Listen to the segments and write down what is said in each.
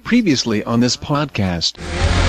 Previously on this podcast.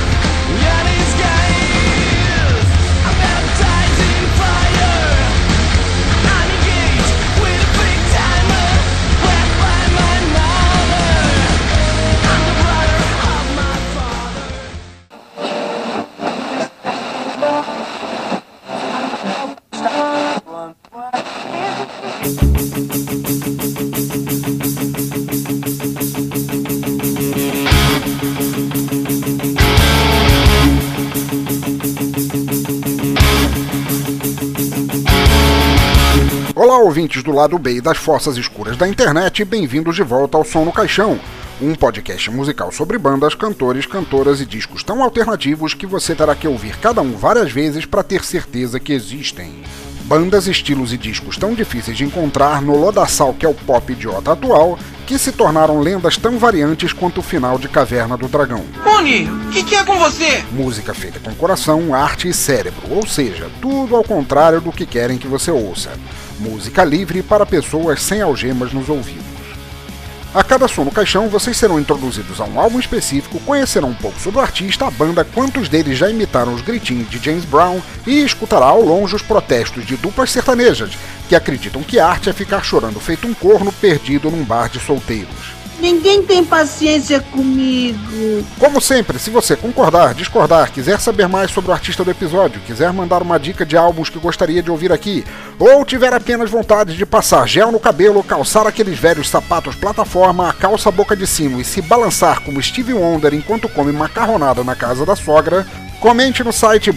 Olá, ouvintes do lado B das forças escuras da internet, e bem-vindos de volta ao Som no Caixão, um podcast musical sobre bandas, cantores, cantoras e discos tão alternativos que você terá que ouvir cada um várias vezes para ter certeza que existem. Bandas, estilos e discos tão difíceis de encontrar no lodaçal que é o pop idiota atual, que se tornaram lendas tão variantes quanto o final de Caverna do Dragão. Rony, o que é com você? Música feita com coração, arte e cérebro, ou seja, tudo ao contrário do que querem que você ouça. Música livre para pessoas sem algemas nos ouvidos. A cada som no caixão, vocês serão introduzidos a um álbum específico, conhecerão um pouco sobre o artista, a banda, quantos deles já imitaram os gritinhos de James Brown e escutará ao longe os protestos de duplas sertanejas, que acreditam que arte é ficar chorando feito um corno perdido num bar de solteiros. Ninguém tem paciência comigo. Como sempre, se você concordar, discordar, quiser saber mais sobre o artista do episódio, quiser mandar uma dica de álbuns que gostaria de ouvir aqui, ou tiver apenas vontade de passar gel no cabelo, calçar aqueles velhos sapatos plataforma, a calça boca de sino e se balançar como Stevie Wonder enquanto come macarronada na casa da sogra, comente no site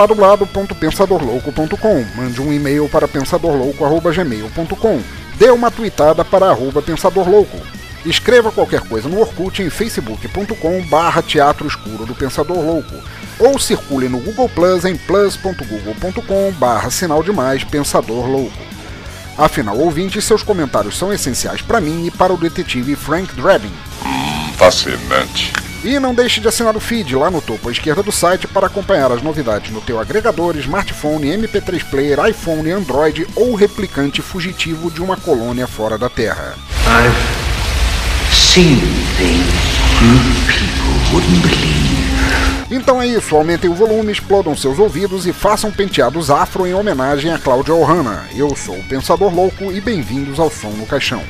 bladobladoblado.pensadorlouco.com, mande um e-mail para pensadorlouco@gmail.com, dê uma tweetada para @pensadorlouco. Escreva qualquer coisa no Orkut em facebook.com/teatro escuro do Pensador Louco, ou circule no Google Plus em plus.google.com/sinal de mais Pensador Louco. Afinal, ouvintes, seus comentários são essenciais para mim e para o detetive Frank Drebin. Fascinante. E não deixe de assinar o feed lá no topo à esquerda do site para acompanhar as novidades no teu agregador, smartphone, MP3 player, iPhone, Android ou replicante fugitivo de uma colônia fora da Terra. Então é isso, aumentem o volume, explodam seus ouvidos e façam penteados afro em homenagem a Cláudia Ohana. Eu sou o Pensador Louco e bem-vindos ao Som no Caixão.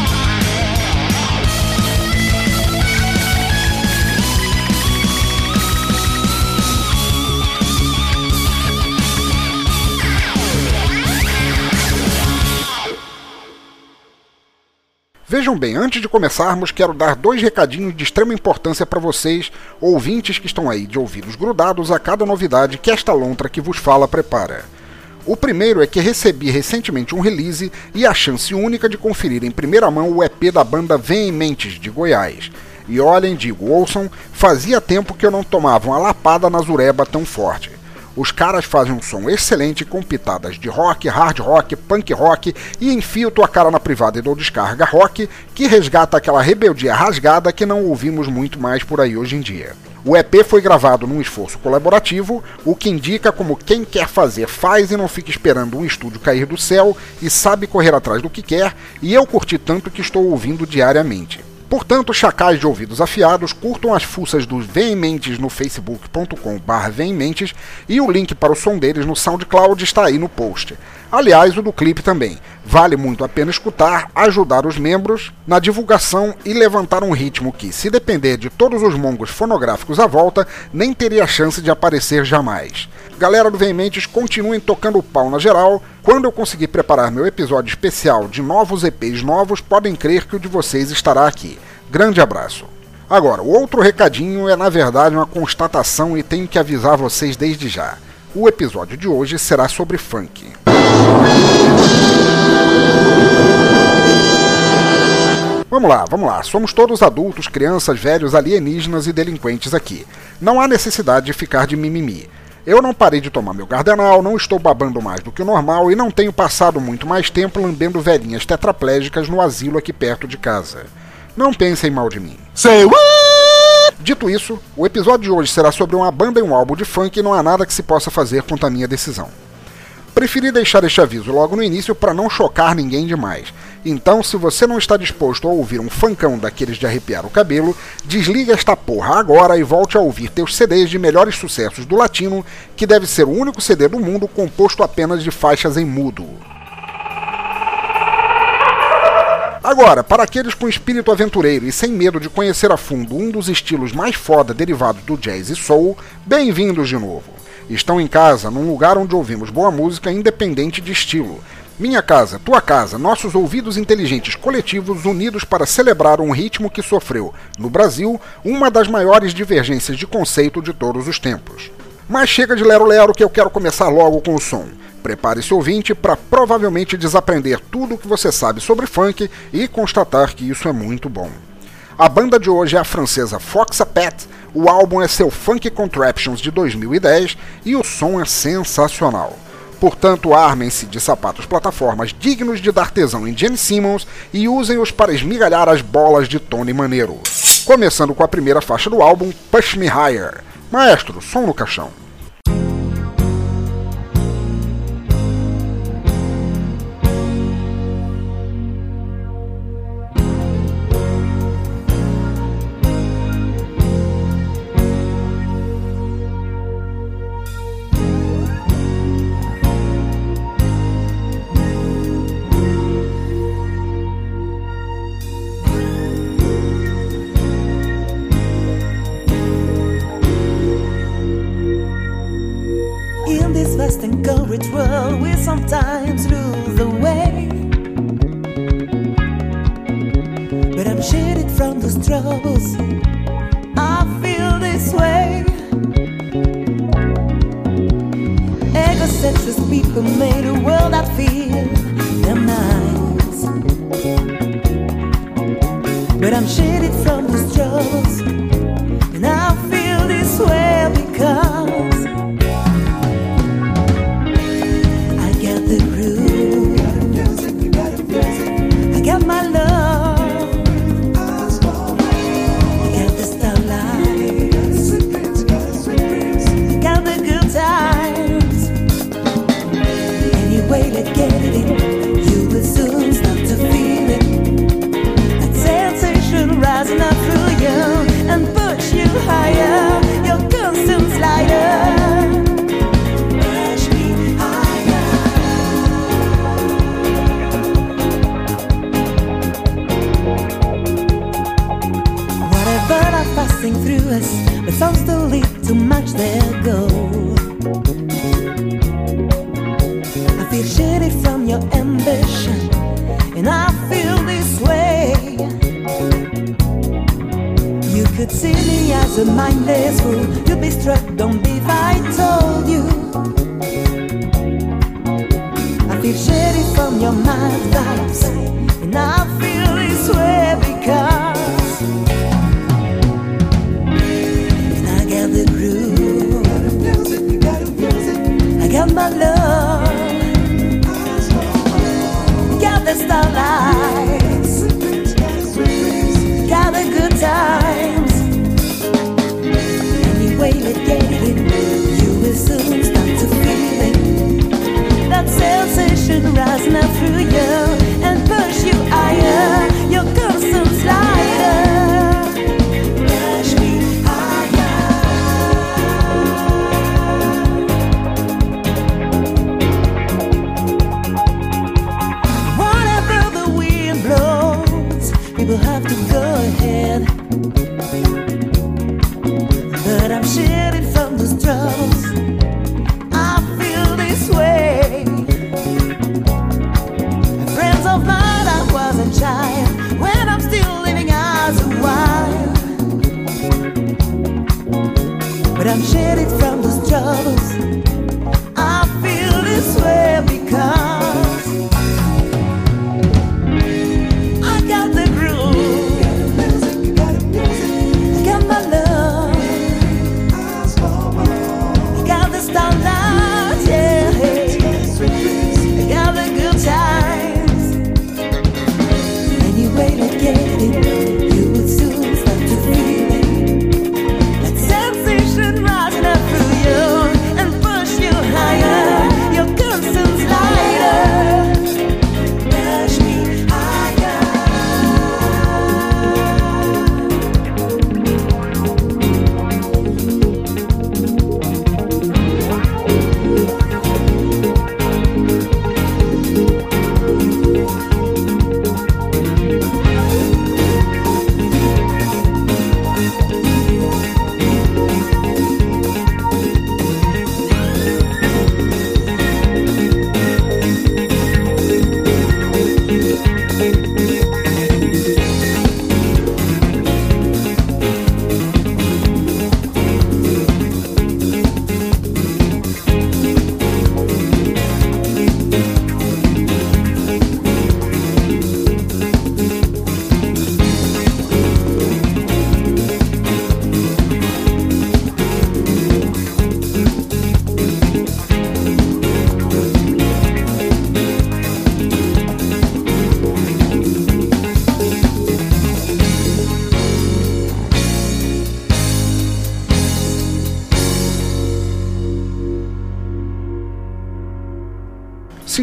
Vejam bem, antes de começarmos, quero dar 2 recadinhos de extrema importância para vocês, ouvintes que estão aí de ouvidos grudados a cada novidade que esta lontra que vos fala prepara. O primeiro é que recebi recentemente um release e a chance única de conferir em primeira mão o EP da banda Veementes, de Goiás. E olhem, digo, ouçam, fazia tempo que eu não tomava uma lapada na zureba tão forte. Os caras fazem um som excelente com pitadas de rock, hard rock, punk rock e enfio tua cara na privada e dou descarga rock, que resgata aquela rebeldia rasgada que não ouvimos muito mais por aí hoje em dia. O EP foi gravado num esforço colaborativo, o que indica como quem quer fazer faz e não fica esperando um estúdio cair do céu e sabe correr atrás do que quer, e eu curti tanto que estou ouvindo diariamente. Portanto, chacais de ouvidos afiados, curtam as fuças dos Veementes no facebook.com/Veementes e o link para o som deles no SoundCloud está aí no post. Aliás, o do clipe também. Vale muito a pena escutar, ajudar os membros na divulgação e levantar um ritmo que, se depender de todos os mongos fonográficos à volta, nem teria chance de aparecer jamais. Galera do Veementes, continuem tocando o pau na geral. Quando eu conseguir preparar meu episódio especial de novos EPs novos, podem crer que o de vocês estará aqui. Grande abraço. Agora, o outro recadinho é na verdade uma constatação e tenho que avisar vocês desde já. O episódio de hoje será sobre funk. Vamos lá, somos todos adultos, crianças, velhos, alienígenas e delinquentes aqui. Não há necessidade de ficar de mimimi. Eu não parei de tomar meu Gardenal, não estou babando mais do que o normal e não tenho passado muito mais tempo lambendo velhinhas tetraplégicas no asilo aqui perto de casa. Não pensem mal de mim. Say what? Dito isso, o episódio de hoje será sobre uma banda e um álbum de funk e não há nada que se possa fazer contra a minha decisão. Preferi deixar este aviso logo no início para não chocar ninguém demais. Então, se você não está disposto a ouvir um funkão daqueles de arrepiar o cabelo, desliga esta porra agora e volte a ouvir teus CDs de melhores sucessos do latino, que deve ser o único CD do mundo composto apenas de faixas em mudo. Agora, para aqueles com espírito aventureiro e sem medo de conhecer a fundo um dos estilos mais foda derivados do jazz e soul, bem-vindos de novo. Estão em casa, num lugar onde ouvimos boa música independente de estilo. Minha casa, tua casa, nossos ouvidos inteligentes coletivos unidos para celebrar um ritmo que sofreu, no Brasil, uma das maiores divergências de conceito de todos os tempos. Mas chega de lero-lero que eu quero começar logo com o som. Prepare-se, ouvinte, para provavelmente desaprender tudo o que você sabe sobre funk e constatar que isso é muito bom. A banda de hoje é a francesa Foxa Pet, o álbum é seu Funk Contraptions de 2010 e o som é sensacional. Portanto, armem-se de sapatos plataformas dignos de dar tesão em Gene Simmons e usem-os para esmigalhar as bolas de Tony Maneiro. Começando com a primeira faixa do álbum, Push Me Higher. Maestro, som no caixão. Encouraged world, we sometimes lose the way. But I'm shaded from those troubles, I feel this way. Egocentric people made a world I feel them nice. But I'm shaded from those troubles, and I feel this way because my love, I got the starlight, I got the good times. Anyway, let's get it in. You will soon start to feel it. That sensation rising up through you and push you higher. Your constant slider. Passing through us, but some still lead to match their goal. I feel shaded from your ambition, and I feel this way. You could see me as a mindless fool. You'd be struck, don't be if I told you. I feel shaded from your mind vibes, and I feel this way because the groove, I got my love, got the starlights, got the good times. Anyway, let's get it in. You will soon start to feel it. That sensation rising up through you and push you higher. Your constant slider.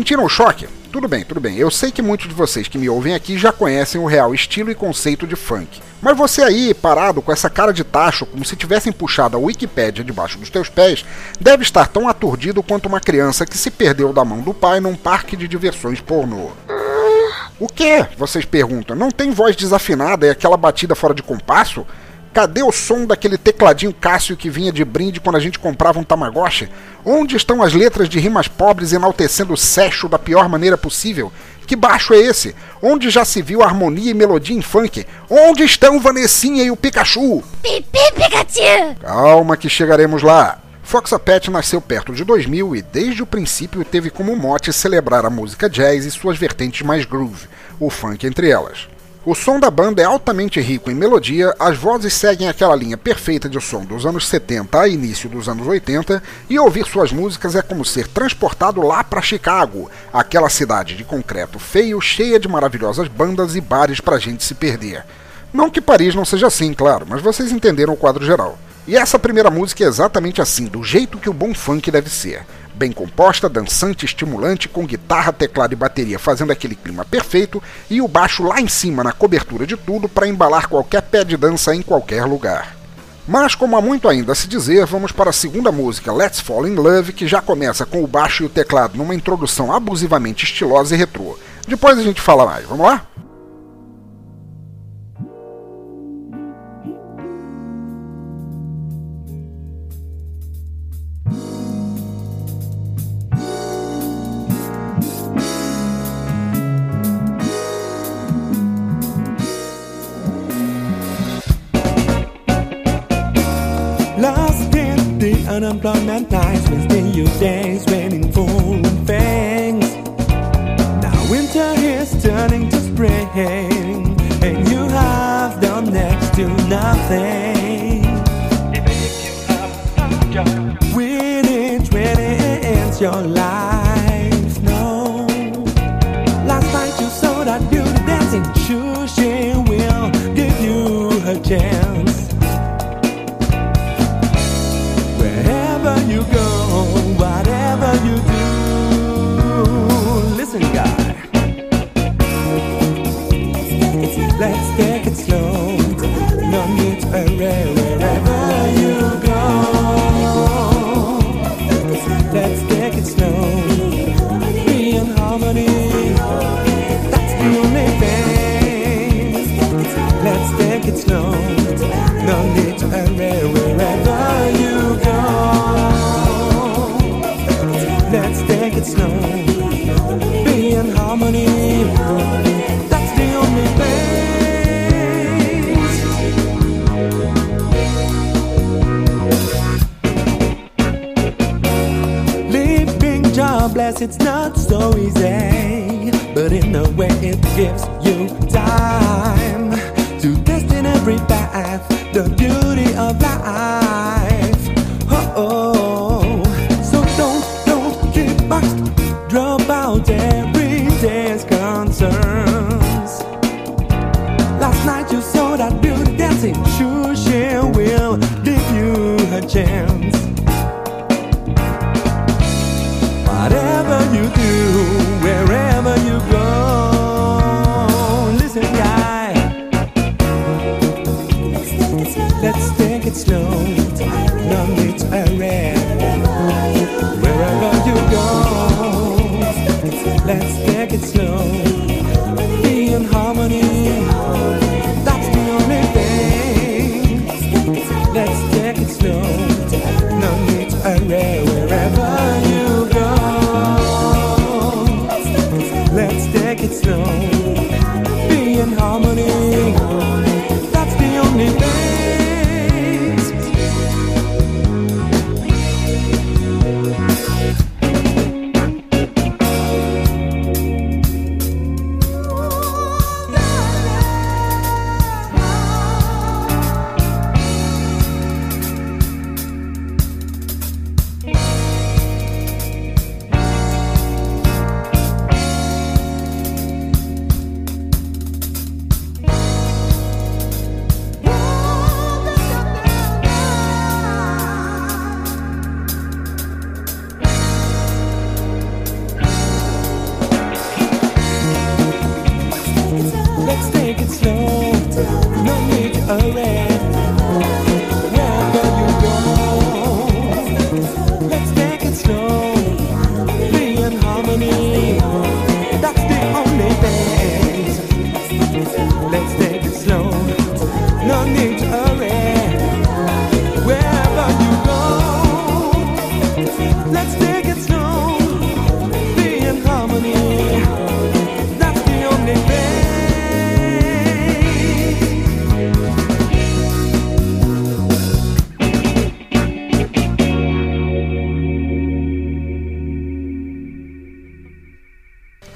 Sentiram o choque? Tudo bem, eu sei que muitos de vocês que me ouvem aqui já conhecem o real estilo e conceito de funk. Mas você aí, parado com essa cara de tacho, como se tivessem puxado a Wikipédia debaixo dos teus pés, deve estar tão aturdido quanto uma criança que se perdeu da mão do pai num parque de diversões pornô. O quê? Vocês perguntam. Não tem voz desafinada e aquela batida fora de compasso? Cadê o som daquele tecladinho Cássio que vinha de brinde quando a gente comprava um Tamagotchi? Onde estão as letras de rimas pobres enaltecendo o sexo da pior maneira possível? Que baixo é esse? Onde já se viu harmonia e melodia em funk? Onde estão Vanessinha e o Pikachu? Pipi, Pikachu! Calma que chegaremos lá. Foxapet nasceu perto de 2000 e desde o princípio teve como mote celebrar a música jazz e suas vertentes mais groove, o funk entre elas. O som da banda é altamente rico em melodia, as vozes seguem aquela linha perfeita de som dos anos 70 a início dos anos 80, e ouvir suas músicas é como ser transportado lá para Chicago, aquela cidade de concreto feio, cheia de maravilhosas bandas e bares pra gente se perder. Não que Paris não seja assim, claro, mas vocês entenderam o quadro geral. E essa primeira música é exatamente assim, do jeito que o bom funk deve ser. Bem composta, dançante, estimulante, com guitarra, teclado e bateria fazendo aquele clima perfeito e o baixo lá em cima na cobertura de tudo para embalar qualquer pé de dança em qualquer lugar. Mas como há muito ainda a se dizer, vamos para a segunda música, Let's Fall in Love, que já começa com o baixo e o teclado numa introdução abusivamente estilosa e retrô. Depois a gente fala mais, vamos lá? Lost in the unemployment nights, wasting your days waiting for things. Now winter is turning to spring, and you have done next to nothing. Even if you have a job, winning ends your life. No, last night you saw that beauty dancing. Sure, she will give you her chance. You go, whatever you do. Listen, guy, let's take it slow. No need to hurry wherever you go. Let's take it slow. Be in harmony. That's the only thing. Let's take it slow. No need to hurry wherever you go. Let's take it slow. Be in harmony. That's the only thing. Living jobless, it's not so easy, but in a way it gives you time to test in every path the beauty of life. Oh, so don't keep back, drop out every day's concerns. Last night you saw that beauty dancing, sure she will give you a chance. Whatever you do, wherever you go, listen, guy, let's take it slow. No need to hurry. Wherever you go, let's take it slow. Be in harmony. That's the only thing. Let's take it slow. No need to hurry. Wherever you go, let's take it slow. Be in harmony. That's the only thing.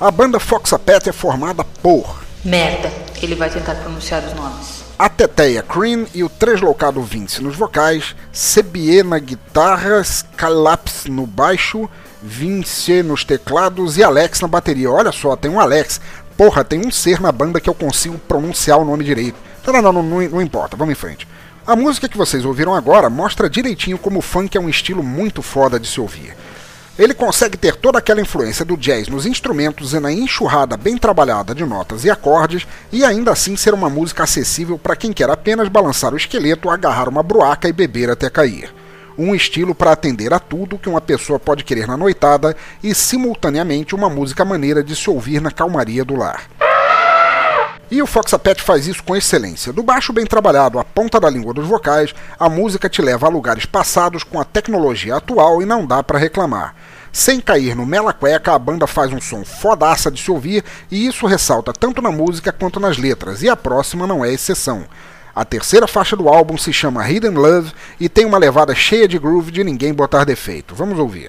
A banda Foxapet é formada por Merda, ele vai tentar pronunciar os nomes. a Teteia Cream e o Treslocado Vince nos vocais, Sebie na guitarra, Scalaps no baixo, Vince nos teclados e Alex na bateria. Olha só, tem um Alex. Porra, tem um ser na banda que eu consigo pronunciar o nome direito. Não importa, vamos em frente. A música que vocês ouviram agora mostra direitinho como o funk é um estilo muito foda de se ouvir. Ele consegue ter toda aquela influência do jazz nos instrumentos e na enxurrada bem trabalhada de notas e acordes, e ainda assim ser uma música acessível para quem quer apenas balançar o esqueleto, agarrar uma bruaca e beber até cair. Um estilo para atender a tudo que uma pessoa pode querer na noitada e, simultaneamente, uma música maneira de se ouvir na calmaria do lar. E o Foxapet faz isso com excelência. Do baixo bem trabalhado à ponta da língua dos vocais, a música te leva a lugares passados com a tecnologia atual e não dá para reclamar. Sem cair no mela cueca, a banda faz um som fodaça de se ouvir e isso ressalta tanto na música quanto nas letras, e a próxima não é exceção. A terceira faixa do álbum se chama Hidden Love e tem uma levada cheia de groove de ninguém botar defeito. Vamos ouvir.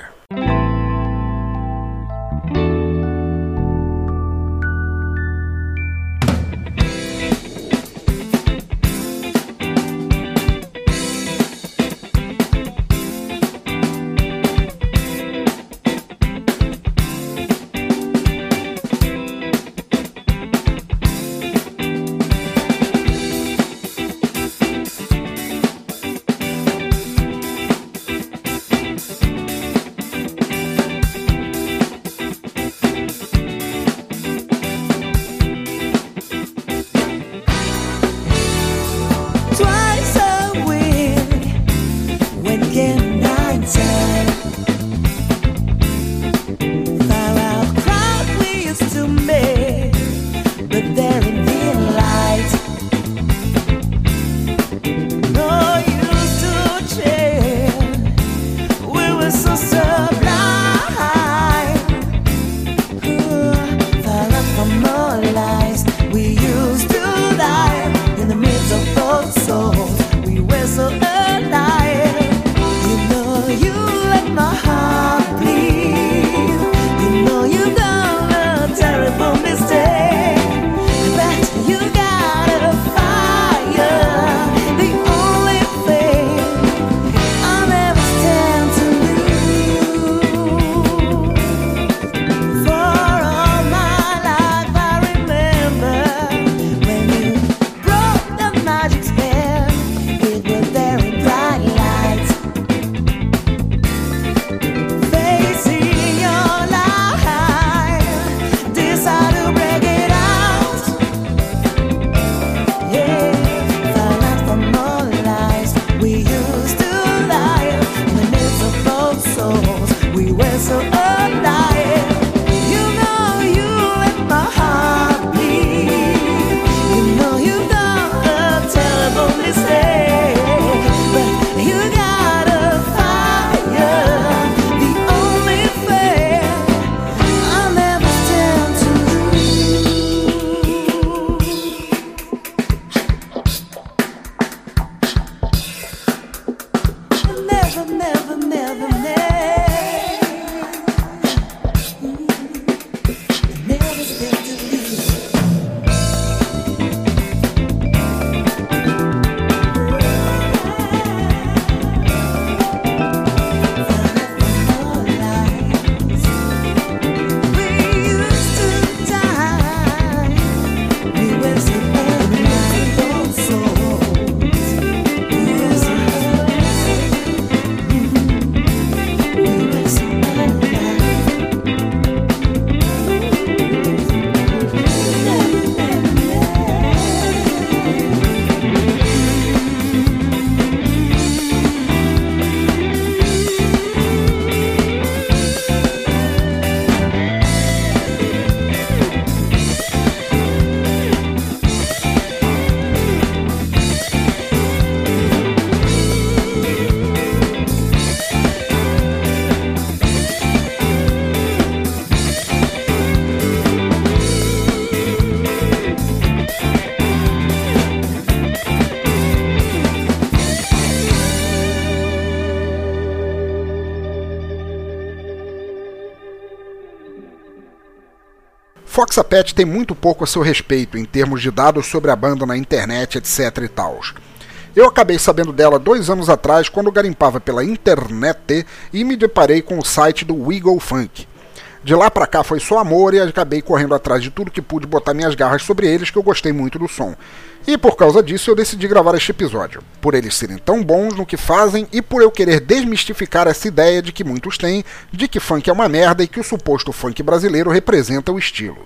Foxapet tem muito pouco a seu respeito em termos de dados sobre a banda na internet, etc e tal. Eu acabei sabendo dela 2 anos atrás quando garimpava pela internet e me deparei com o site do Wiggle Funk. De lá pra cá foi só amor e acabei correndo atrás de tudo que pude botar minhas garras sobre eles, que eu gostei muito do som. E por causa disso eu decidi gravar este episódio, por eles serem tão bons no que fazem e por eu querer desmistificar essa ideia de que muitos têm, de que funk é uma merda e que o suposto funk brasileiro representa o estilo.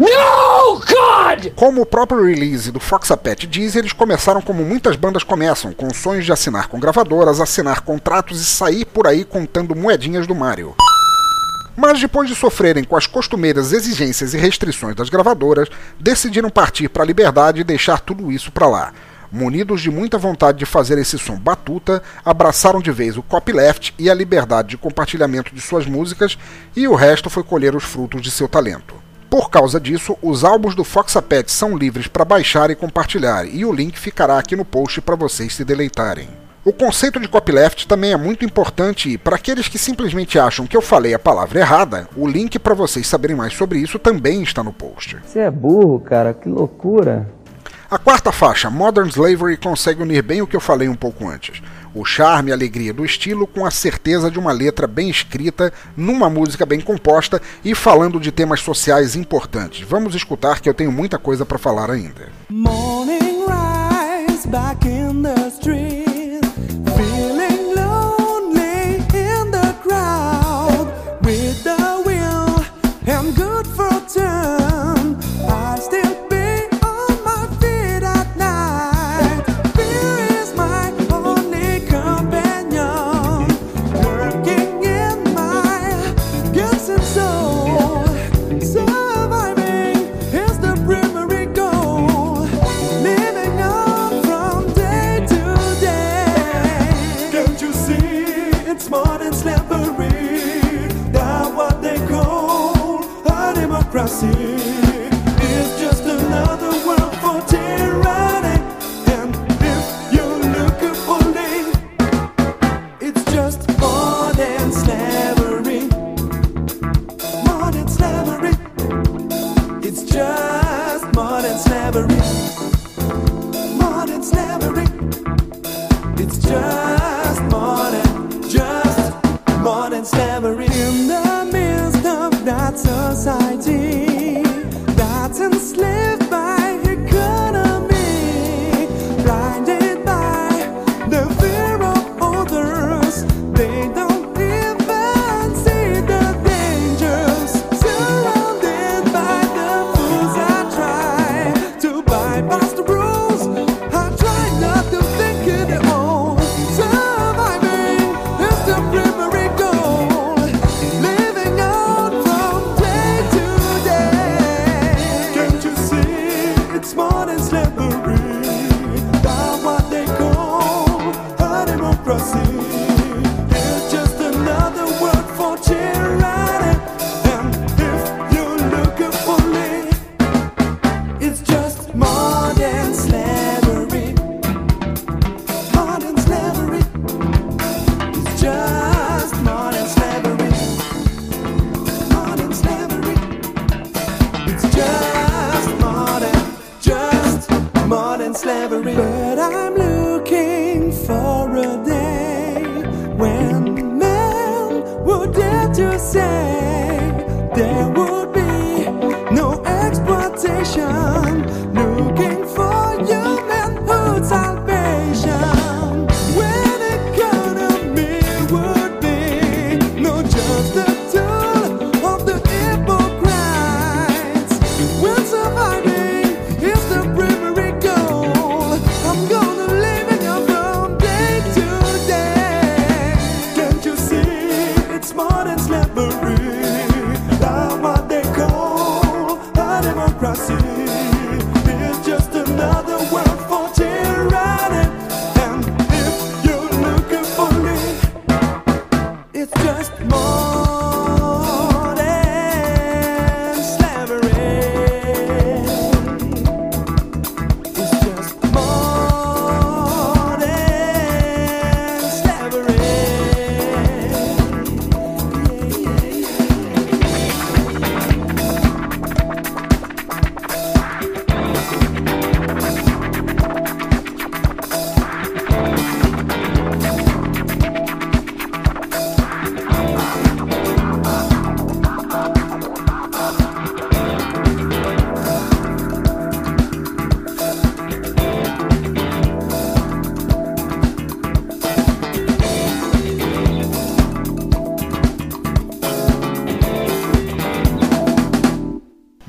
No, God! Como o próprio release do Foxapet diz, eles começaram como muitas bandas começam, com sonhos de assinar com gravadoras, assinar contratos e sair por aí contando moedinhas do Mario. Mas depois de sofrerem com as costumeiras exigências e restrições das gravadoras, decidiram partir para a liberdade e deixar tudo isso para lá. Munidos de muita vontade de fazer esse som batuta, abraçaram de vez o copyleft e a liberdade de compartilhamento de suas músicas, e o resto foi colher os frutos de seu talento. Por causa disso, os álbuns do Foxapet são livres para baixar e compartilhar, e o link ficará aqui no post para vocês se deleitarem. O conceito de copyleft também é muito importante e, para aqueles que simplesmente acham que eu falei a palavra errada, o link para vocês saberem mais sobre isso também está no post. Você é burro, cara, que loucura. A quarta faixa, Modern Slavery, consegue unir bem o que eu falei um pouco antes. O charme e a alegria do estilo com a certeza de uma letra bem escrita, numa música bem composta e falando de temas sociais importantes. Vamos escutar que eu tenho muita coisa para falar ainda. Morning rise back in the street. Feeling lonely in the crowd, with the will and good fortune, I still be on my feet at night. Fear is my only companion, working in my guts and soul. Surviving is the primary goal, living on from day to day. Can't you see it's more than slavery? That's what they call a democracy. It's just another word for tyranny. And if you look fully, it's just more than slavery. More than slavery. It's just more than slavery. More than slavery. It's just more than slavery. In the midst of that society that's enslaved by economy, blinded by the fear of others, they don't even see the dangers. Surrounded by the fools that try to bypass the rules, I try not to think it at all. Surviving is the primary goal, living out from day to day. Can't you see it's more than slavery? That's what they call a democracy. It's just another word for tyranny. And if you look fully, it's just more than slavery. More than slavery. It's just more than slavery. More than slavery. It's just more than slavery. But I'm looking for a day when men would dare to say there would be no exploitation. Looking for humanhood salvation, when economy would be no just a tool of the hypocrites. When surviving is the primary goal, I'm gonna live it up from day to day. Can't you see it's more than slavery? That's what they call a democracy. It's just another word for tyranny. And if you look fully, it's just more than slavery.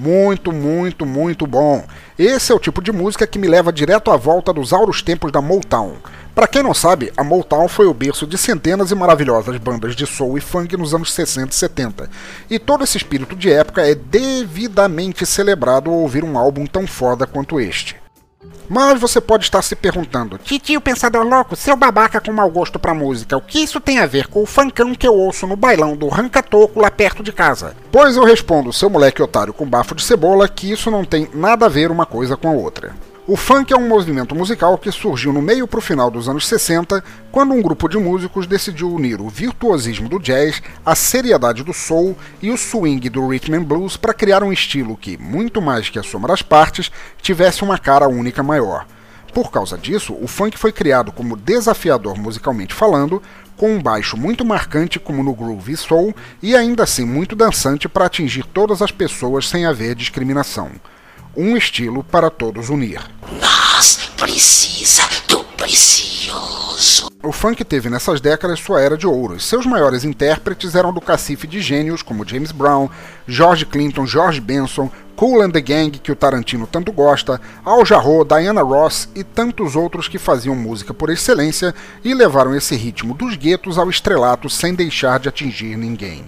muito, muito, muito bom. Esse é o tipo de música que me leva direto à volta dos auros tempos da Motown. Para quem não sabe, a Motown foi o berço de centenas e maravilhosas bandas de soul e funk nos anos 60 e 70. E todo esse espírito de época é devidamente celebrado ao ouvir um álbum tão foda quanto este. Mas você pode estar se perguntando: Titio Pensador Louco, seu babaca com mau gosto pra música, o que isso tem a ver com o funkão que eu ouço no bailão do Rancatoco lá perto de casa? Pois eu respondo, seu moleque otário com bafo de cebola, que isso não tem nada a ver uma coisa com a outra. O funk é um movimento musical que surgiu no meio pro final dos anos 60, quando um grupo de músicos decidiu unir o virtuosismo do jazz, a seriedade do soul e o swing do rhythm and blues para criar um estilo que, muito mais que a soma das partes, tivesse uma cara única maior. Por causa disso, o funk foi criado como desafiador musicalmente falando, com um baixo muito marcante como no groove e soul, e ainda assim muito dançante para atingir todas as pessoas sem haver discriminação. Um estilo para todos unir. Nós precisa do precioso. O funk teve nessas décadas sua era de ouro, e seus maiores intérpretes eram do cacife de gênios como James Brown, George Clinton, George Benson, Kool and the Gang, que o Tarantino tanto gosta, Al Jarreau, Diana Ross e tantos outros que faziam música por excelência e levaram esse ritmo dos guetos ao estrelato sem deixar de atingir ninguém.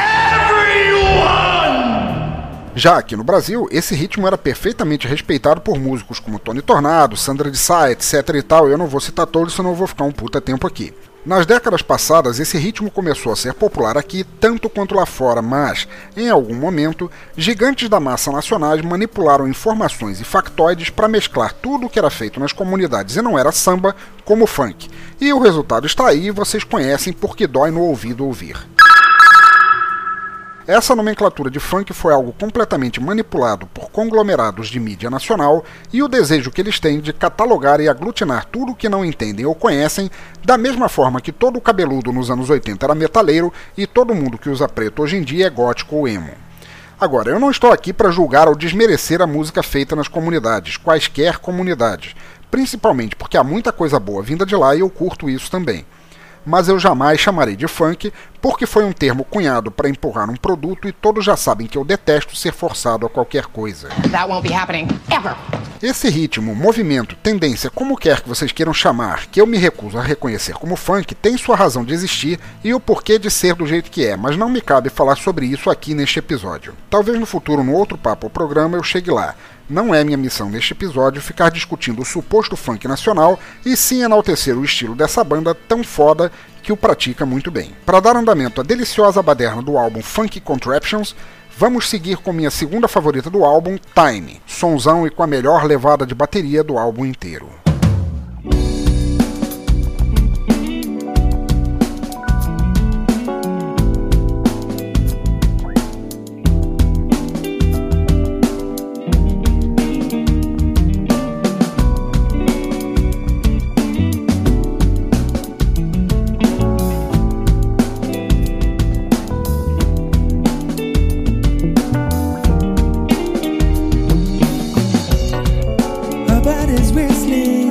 Já aqui no Brasil, esse ritmo era perfeitamente respeitado por músicos como Tony Tornado, Sandra de Sá, etc e tal, eu não vou citar todos, senão eu vou ficar um puta tempo aqui. Nas décadas passadas, esse ritmo começou a ser popular aqui tanto quanto lá fora, mas, em algum momento, gigantes da massa nacionais manipularam informações e factoides para mesclar tudo o que era feito nas comunidades e não era samba, como funk. E o resultado está aí e vocês conhecem porque dói no ouvido ouvir. Essa nomenclatura de funk foi algo completamente manipulado por conglomerados de mídia nacional e o desejo que eles têm de catalogar e aglutinar tudo o que não entendem ou conhecem, da mesma forma que todo cabeludo nos anos 80 era metaleiro e todo mundo que usa preto hoje em dia é gótico ou emo. Agora, eu não estou aqui para julgar ou desmerecer a música feita nas comunidades, quaisquer comunidades, principalmente porque há muita coisa boa vinda de lá e eu curto isso também. Mas eu jamais chamarei de funk, porque foi um termo cunhado para empurrar um produto e todos já sabem que eu detesto ser forçado a qualquer coisa. That won't be happening ever. Esse ritmo, movimento, tendência, como quer que vocês queiram chamar, que eu me recuso a reconhecer como funk, tem sua razão de existir e o porquê de ser do jeito que é, mas não me cabe falar sobre isso aqui neste episódio. Talvez no futuro, no outro papo ou programa, eu chegue lá. Não é minha missão neste episódio ficar discutindo o suposto funk nacional e sim enaltecer o estilo dessa banda tão foda que o pratica muito bem. Para dar andamento à deliciosa baderna do álbum Funky Contraptions, vamos seguir com minha segunda favorita do álbum, Time, sonzão e com a melhor levada de bateria do álbum inteiro. Whistling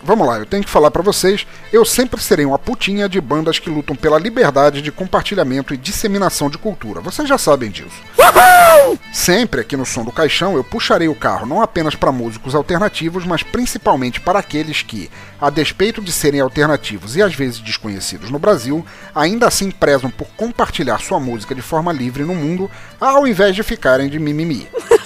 vamos lá, eu tenho que falar pra vocês, eu sempre serei uma putinha de bandas que lutam pela liberdade de compartilhamento e disseminação de cultura. Vocês já sabem disso. Uhul! Sempre aqui no Som do Caixão eu puxarei o carro não apenas para músicos alternativos, mas principalmente para aqueles que, a despeito de serem alternativos e às vezes desconhecidos no Brasil, ainda assim prezam por compartilhar sua música de forma livre no mundo, ao invés de ficarem de mimimi.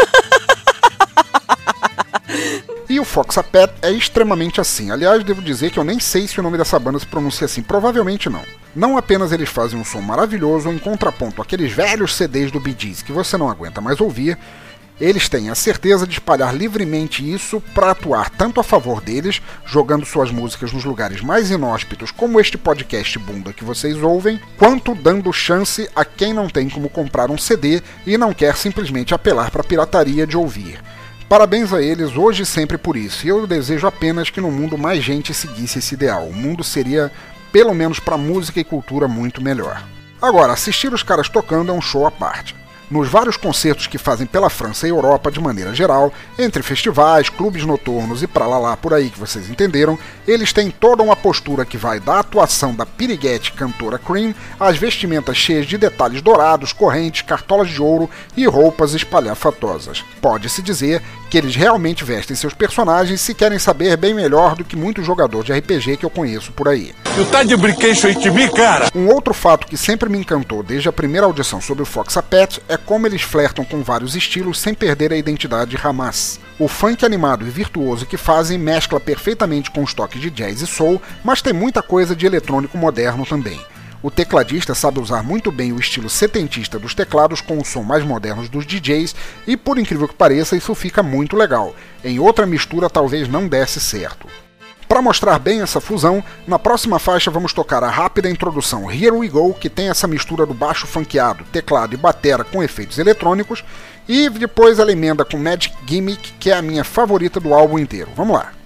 E o Foxapet é extremamente assim. Aliás, devo dizer que eu nem sei se o nome dessa banda se pronuncia assim. Provavelmente não. Não apenas eles fazem um som maravilhoso em contraponto àqueles velhos CDs do Bee Gees que você não aguenta mais ouvir, eles têm a certeza de espalhar livremente isso para atuar tanto a favor deles, jogando suas músicas nos lugares mais inóspitos, como este podcast bunda que vocês ouvem, quanto dando chance a quem não tem como comprar um CD e não quer simplesmente apelar para a pirataria de ouvir. Parabéns a eles hoje e sempre por isso, e eu desejo apenas que no mundo mais gente seguisse esse ideal. O mundo seria, pelo menos para música e cultura, muito melhor. Agora, assistir os caras tocando é um show à parte. Nos vários concertos que fazem pela França e Europa de maneira geral, entre festivais, clubes noturnos e pra lá por aí que vocês entenderam, eles têm toda uma postura que vai da atuação da piriguete cantora Cream às vestimentas cheias de detalhes dourados, correntes, cartolas de ouro e roupas espalhafatosas. Pode-se dizer que eles realmente vestem seus personagens se querem saber bem melhor do que muitos jogadores de RPG que eu conheço por aí. Tu tá de brinquedo aí de mim, cara? Um outro fato que sempre me encantou desde a primeira audição sobre o Foxapet é como eles flertam com vários estilos sem perder a identidade Hamas. O funk animado e virtuoso que fazem mescla perfeitamente com os toques de jazz e soul, mas tem muita coisa de eletrônico moderno também. O tecladista sabe usar muito bem o estilo setentista dos teclados com o som mais moderno dos DJs e, por incrível que pareça, isso fica muito legal. Em outra mistura talvez não desse certo. Para mostrar bem essa fusão, na próxima faixa vamos tocar a rápida introdução Here We Go, que tem essa mistura do baixo funkeado, teclado e batera com efeitos eletrônicos, e depois ela emenda com Magic Gimmick, que é a minha favorita do álbum inteiro. Vamos lá!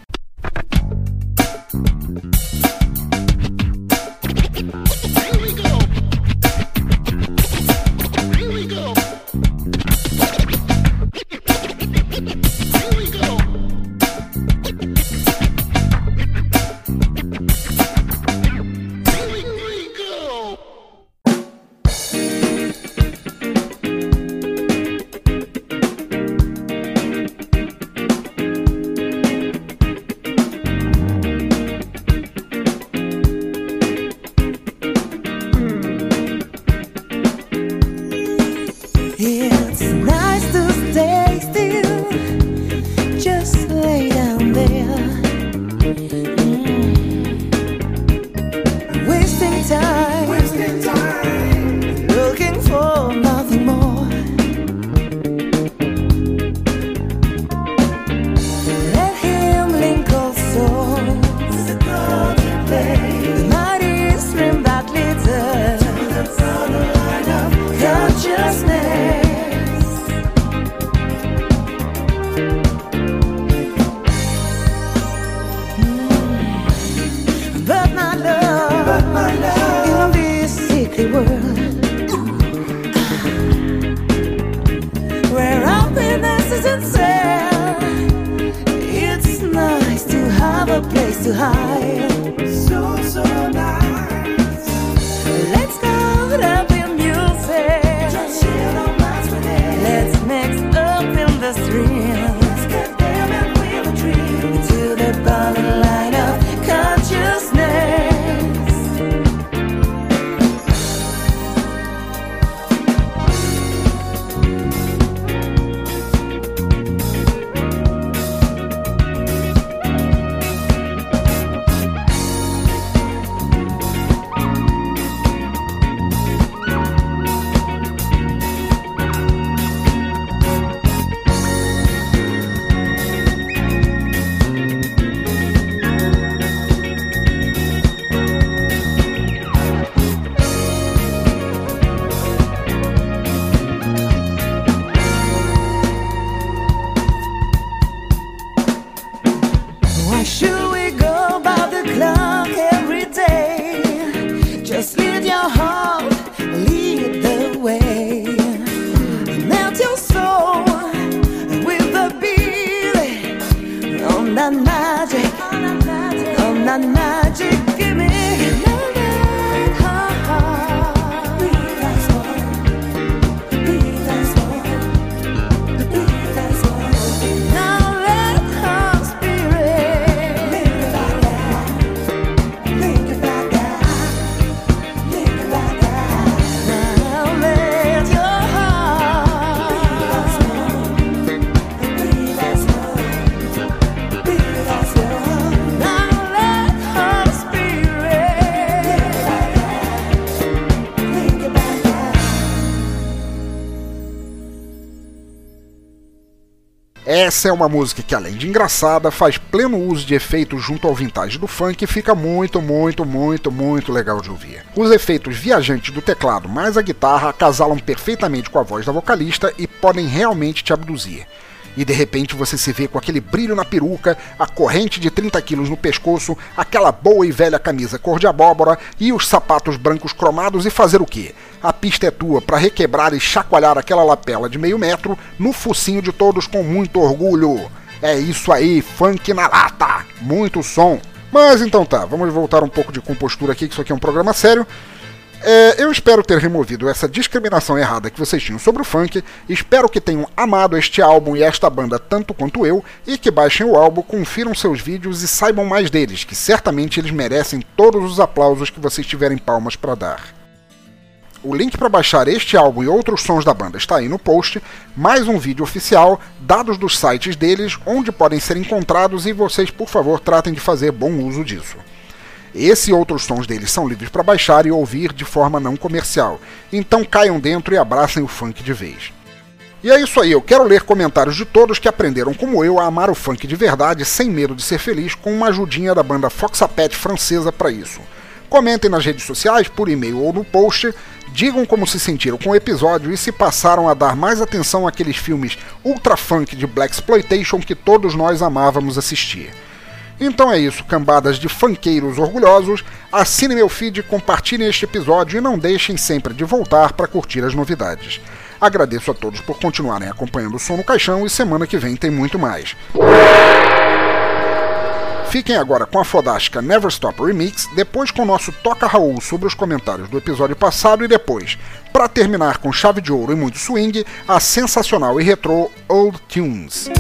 Essa é uma música que, além de engraçada, faz pleno uso de efeitos junto ao vintage do funk e fica muito legal de ouvir. Os efeitos viajantes do teclado mais a guitarra acasalam perfeitamente com a voz da vocalista e podem realmente te abduzir. E de repente você se vê com aquele brilho na peruca, a corrente de 30 quilos no pescoço, aquela boa e velha camisa cor de abóbora e os sapatos brancos cromados e fazer o quê? A pista é tua para requebrar e chacoalhar aquela lapela de meio metro no focinho de todos com muito orgulho. É isso aí, funk na lata, muito som. Mas então tá, vamos voltar um pouco de compostura aqui, que isso aqui é um programa sério. Eu espero ter removido essa discriminação errada que vocês tinham sobre o funk, espero que tenham amado este álbum e esta banda tanto quanto eu, e que baixem o álbum, confiram seus vídeos e saibam mais deles, que certamente eles merecem todos os aplausos que vocês tiverem palmas para dar. O link para baixar este álbum e outros sons da banda está aí no post, mais um vídeo oficial, dados dos sites deles, onde podem ser encontrados, e vocês, por favor, tratem de fazer bom uso disso. Esse e outros sons deles são livres para baixar e ouvir de forma não comercial, então caiam dentro e abracem o funk de vez. E é isso aí, eu quero ler comentários de todos que aprenderam como eu a amar o funk de verdade sem medo de ser feliz, com uma ajudinha da banda Foxapet francesa para isso. Comentem nas redes sociais, por e-mail ou no post, digam como se sentiram com o episódio e se passaram a dar mais atenção àqueles filmes ultra funk de blaxploitation que todos nós amávamos assistir. Então é isso, cambadas de funkeiros orgulhosos, assinem meu feed, compartilhem este episódio e não deixem sempre de voltar para curtir as novidades. Agradeço a todos por continuarem acompanhando o Som no Caixão e semana que vem tem muito mais. Fiquem agora com a fodástica Never Stop Remix, depois com o nosso Toca Raul sobre os comentários do episódio passado e depois, para terminar com chave de ouro e muito swing, a sensacional e retrô Old Tunes.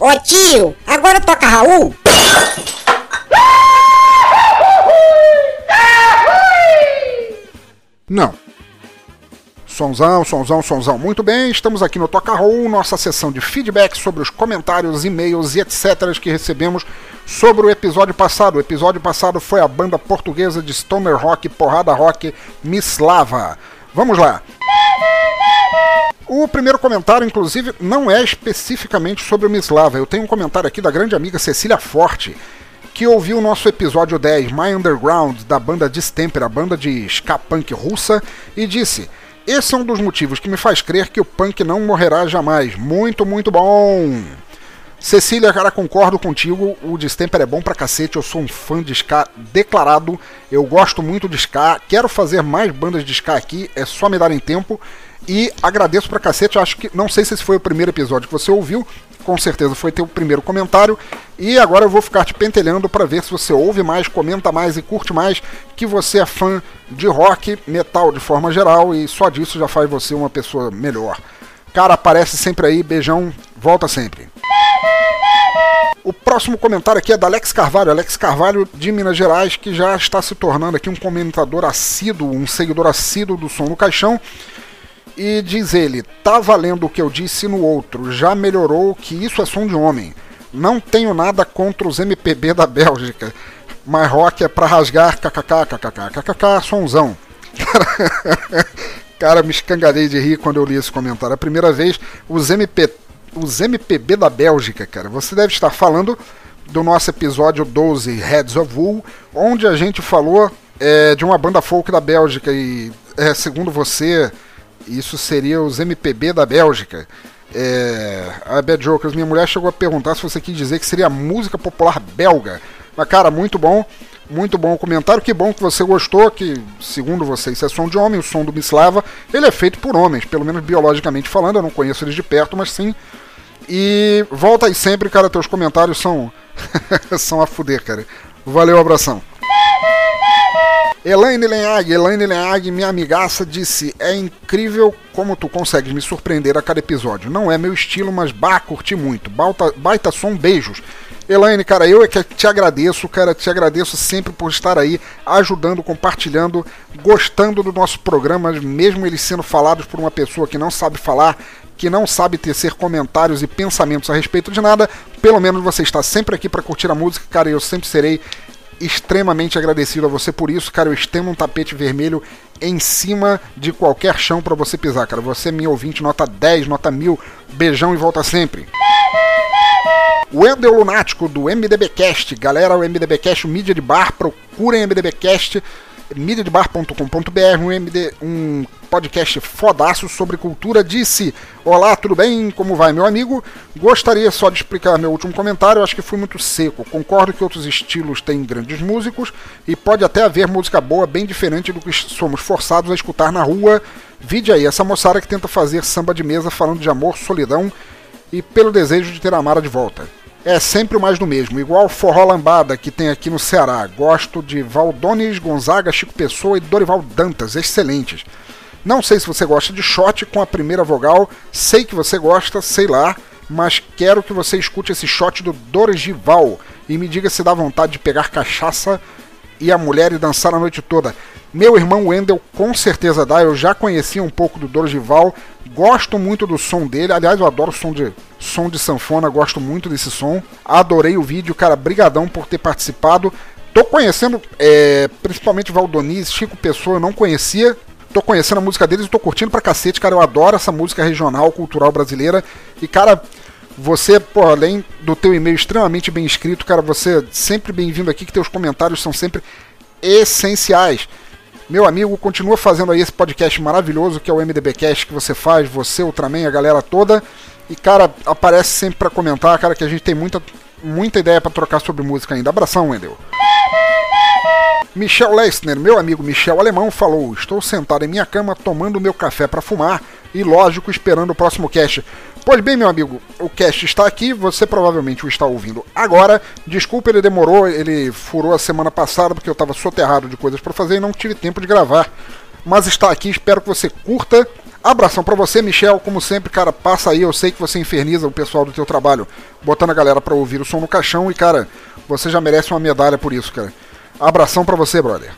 Ô tio, agora toca Raul. Não. Sonzão. Muito bem, estamos aqui no Toca Roll, nossa sessão de feedback sobre os comentários, e-mails e etc. que recebemos sobre o episódio passado. O episódio passado foi a banda portuguesa de stoner rock, porrada rock, Mislava. Vamos lá. O primeiro comentário, inclusive, não é especificamente sobre o Mislava. Eu tenho um comentário aqui da grande amiga Cecília Forte, que ouviu o nosso episódio 10, My Underground, da banda Distempera, a banda de ska punk russa, e disse: esse é um dos motivos que me faz crer que o punk não morrerá jamais. Muito, muito bom! Cecília, cara, concordo contigo, o Distemper é bom pra cacete, eu sou um fã de ska declarado, eu gosto muito de ska, quero fazer mais bandas de ska aqui, é só me darem tempo, e agradeço pra cacete, acho que, não sei se esse foi o primeiro episódio que você ouviu, com certeza foi teu primeiro comentário, e agora eu vou ficar te pentelhando pra ver se você ouve mais, comenta mais e curte mais, que você é fã de rock, metal de forma geral, e só disso já faz você uma pessoa melhor. Cara, aparece sempre aí, beijão, volta sempre. O próximo comentário aqui é da Alex Carvalho de Minas Gerais, que já está se tornando aqui um comentador assíduo, um seguidor assíduo do Som no Caixão. E diz ele: tá valendo o que eu disse no outro, já melhorou, que isso é som de homem. Não tenho nada contra os MPB da Bélgica, mas rock é pra rasgar, kkk, sonzão. Cara, me escangalhei de rir quando eu li esse comentário. A primeira vez, os MPB da Bélgica, cara. Você deve estar falando do nosso episódio 12, Heads of Wool, onde a gente falou de uma banda folk da Bélgica. E, segundo você, isso seria os MPB da Bélgica. A Bad Jokers, minha mulher chegou a perguntar se você quis dizer que seria música popular belga. Mas, cara, muito bom o comentário, que bom que você gostou, que, segundo você, isso é som de homem, o som do Mislava, ele é feito por homens, pelo menos biologicamente falando, eu não conheço eles de perto, mas sim. E volta aí sempre, cara, teus comentários são são a fuder, cara. Valeu, abração. Elaine Lenhag, minha amigaça, disse: é incrível como tu consegues me surpreender a cada episódio. Não é meu estilo, mas curti muito. Baita som, beijos. Elaine, cara, eu é que te agradeço, cara, te agradeço sempre por estar aí, ajudando, compartilhando, gostando do nosso programa, mesmo eles sendo falados por uma pessoa que não sabe falar, que não sabe tecer comentários e pensamentos a respeito de nada. Pelo menos você está sempre aqui para curtir a música, cara, e eu sempre serei extremamente agradecido a você por isso, cara. Eu estendo um tapete vermelho em cima de qualquer chão para você pisar, cara. Você é minha ouvinte, nota 10, nota 1000, beijão e volta sempre. O Wendel Lunático, do MDBcast, galera, o MDBcast, o Mídia de Bar, procurem MDBcast, mediadebar.com.br, um podcast fodaço sobre cultura, disse: olá, tudo bem? Como vai, meu amigo? Gostaria só de explicar meu último comentário, acho que fui muito seco. Concordo que outros estilos têm grandes músicos e pode até haver música boa bem diferente do que somos forçados a escutar na rua. Vide aí, essa moçada que tenta fazer samba de mesa falando de amor, solidão e pelo desejo de ter a Mara de volta. É sempre o mais do mesmo, igual Forró Lambada que tem aqui no Ceará. Gosto de Valdones, Gonzaga, Chico Pessoa e Dorival Dantas, excelentes. Não sei se você gosta de shot com a primeira vogal, sei que você gosta, sei lá, mas quero que você escute esse shot do Dorival e me diga se dá vontade de pegar cachaça e a mulher e dançar a noite toda. Meu irmão Wendel com certeza dá, eu já conhecia um pouco do Dorival, gosto muito do som dele, aliás eu adoro som de sanfona, gosto muito desse som, adorei o vídeo, cara, brigadão por ter participado. Tô conhecendo principalmente Valdonis, Chico Pessoa, eu não conhecia, tô conhecendo a música deles e tô curtindo pra cacete, cara, eu adoro essa música regional, cultural brasileira, e cara, você, pô, além do teu e-mail extremamente bem escrito, cara, você é sempre bem-vindo aqui, que teus comentários são sempre essenciais. Meu amigo, continua fazendo aí esse podcast maravilhoso que é o MDBcast que você faz, você, Ultraman, a galera toda. E, cara, aparece sempre pra comentar, cara, que a gente tem muita ideia pra trocar sobre música ainda. Abração, Wendel. Michel Leissner, meu amigo Michel Alemão, falou: estou sentado em minha cama tomando meu café pra fumar e, lógico, esperando o próximo cast. Pois bem, meu amigo, o cast está aqui, você provavelmente o está ouvindo agora. Desculpa, ele demorou, ele furou a semana passada porque eu estava soterrado de coisas para fazer e não tive tempo de gravar. Mas está aqui, espero que você curta. Abração pra você, Michel, como sempre, cara, passa aí, eu sei que você inferniza o pessoal do teu trabalho, botando a galera pra ouvir o som no caixão e, cara, você já merece uma medalha por isso, cara. Abração pra você, brother.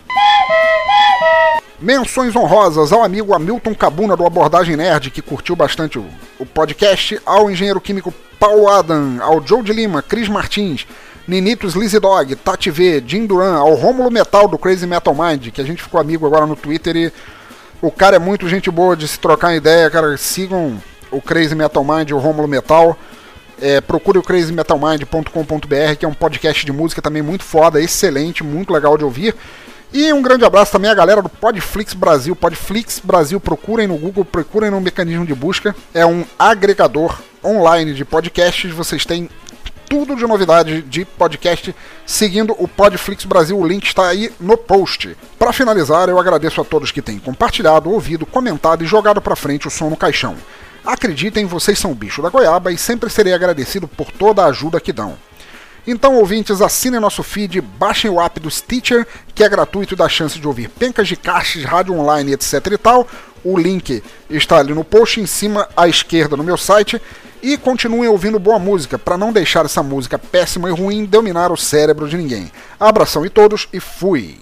Menções honrosas ao amigo Hamilton Cabuna do Abordagem Nerd, que curtiu bastante o podcast, ao engenheiro químico Paulo Adam, ao Joe de Lima, Cris Martins, Ninitos Lizzy Dog, Tati V, Jim Duran, ao Rômulo Metal do Crazy Metal Mind, que a gente ficou amigo agora no Twitter e o cara é muito gente boa de se trocar ideia, cara. Sigam o Crazy Metal Mind, o Rômulo Metal. Procure o crazymetalmind.com.br, que é um podcast de música também muito foda, excelente, muito legal de ouvir. E um grande abraço também à galera do Podflix Brasil. Podflix Brasil, procurem no Google, procurem no mecanismo de busca. É um agregador online de podcasts. Vocês têm tudo de novidade de podcast seguindo o Podflix Brasil. O link está aí no post. Para finalizar, eu agradeço a todos que têm compartilhado, ouvido, comentado e jogado para frente o som no caixão. Acreditem, vocês são o bicho da goiaba e sempre serei agradecido por toda a ajuda que dão. Então, ouvintes, assinem nosso feed, baixem o app do Stitcher, que é gratuito e dá chance de ouvir pencas de caixas, rádio online, etc e tal. O link está ali no post, em cima à esquerda no meu site. E continuem ouvindo boa música, para não deixar essa música péssima e ruim dominar o cérebro de ninguém. Abração em todos e fui!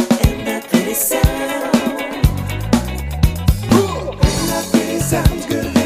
Sounds good.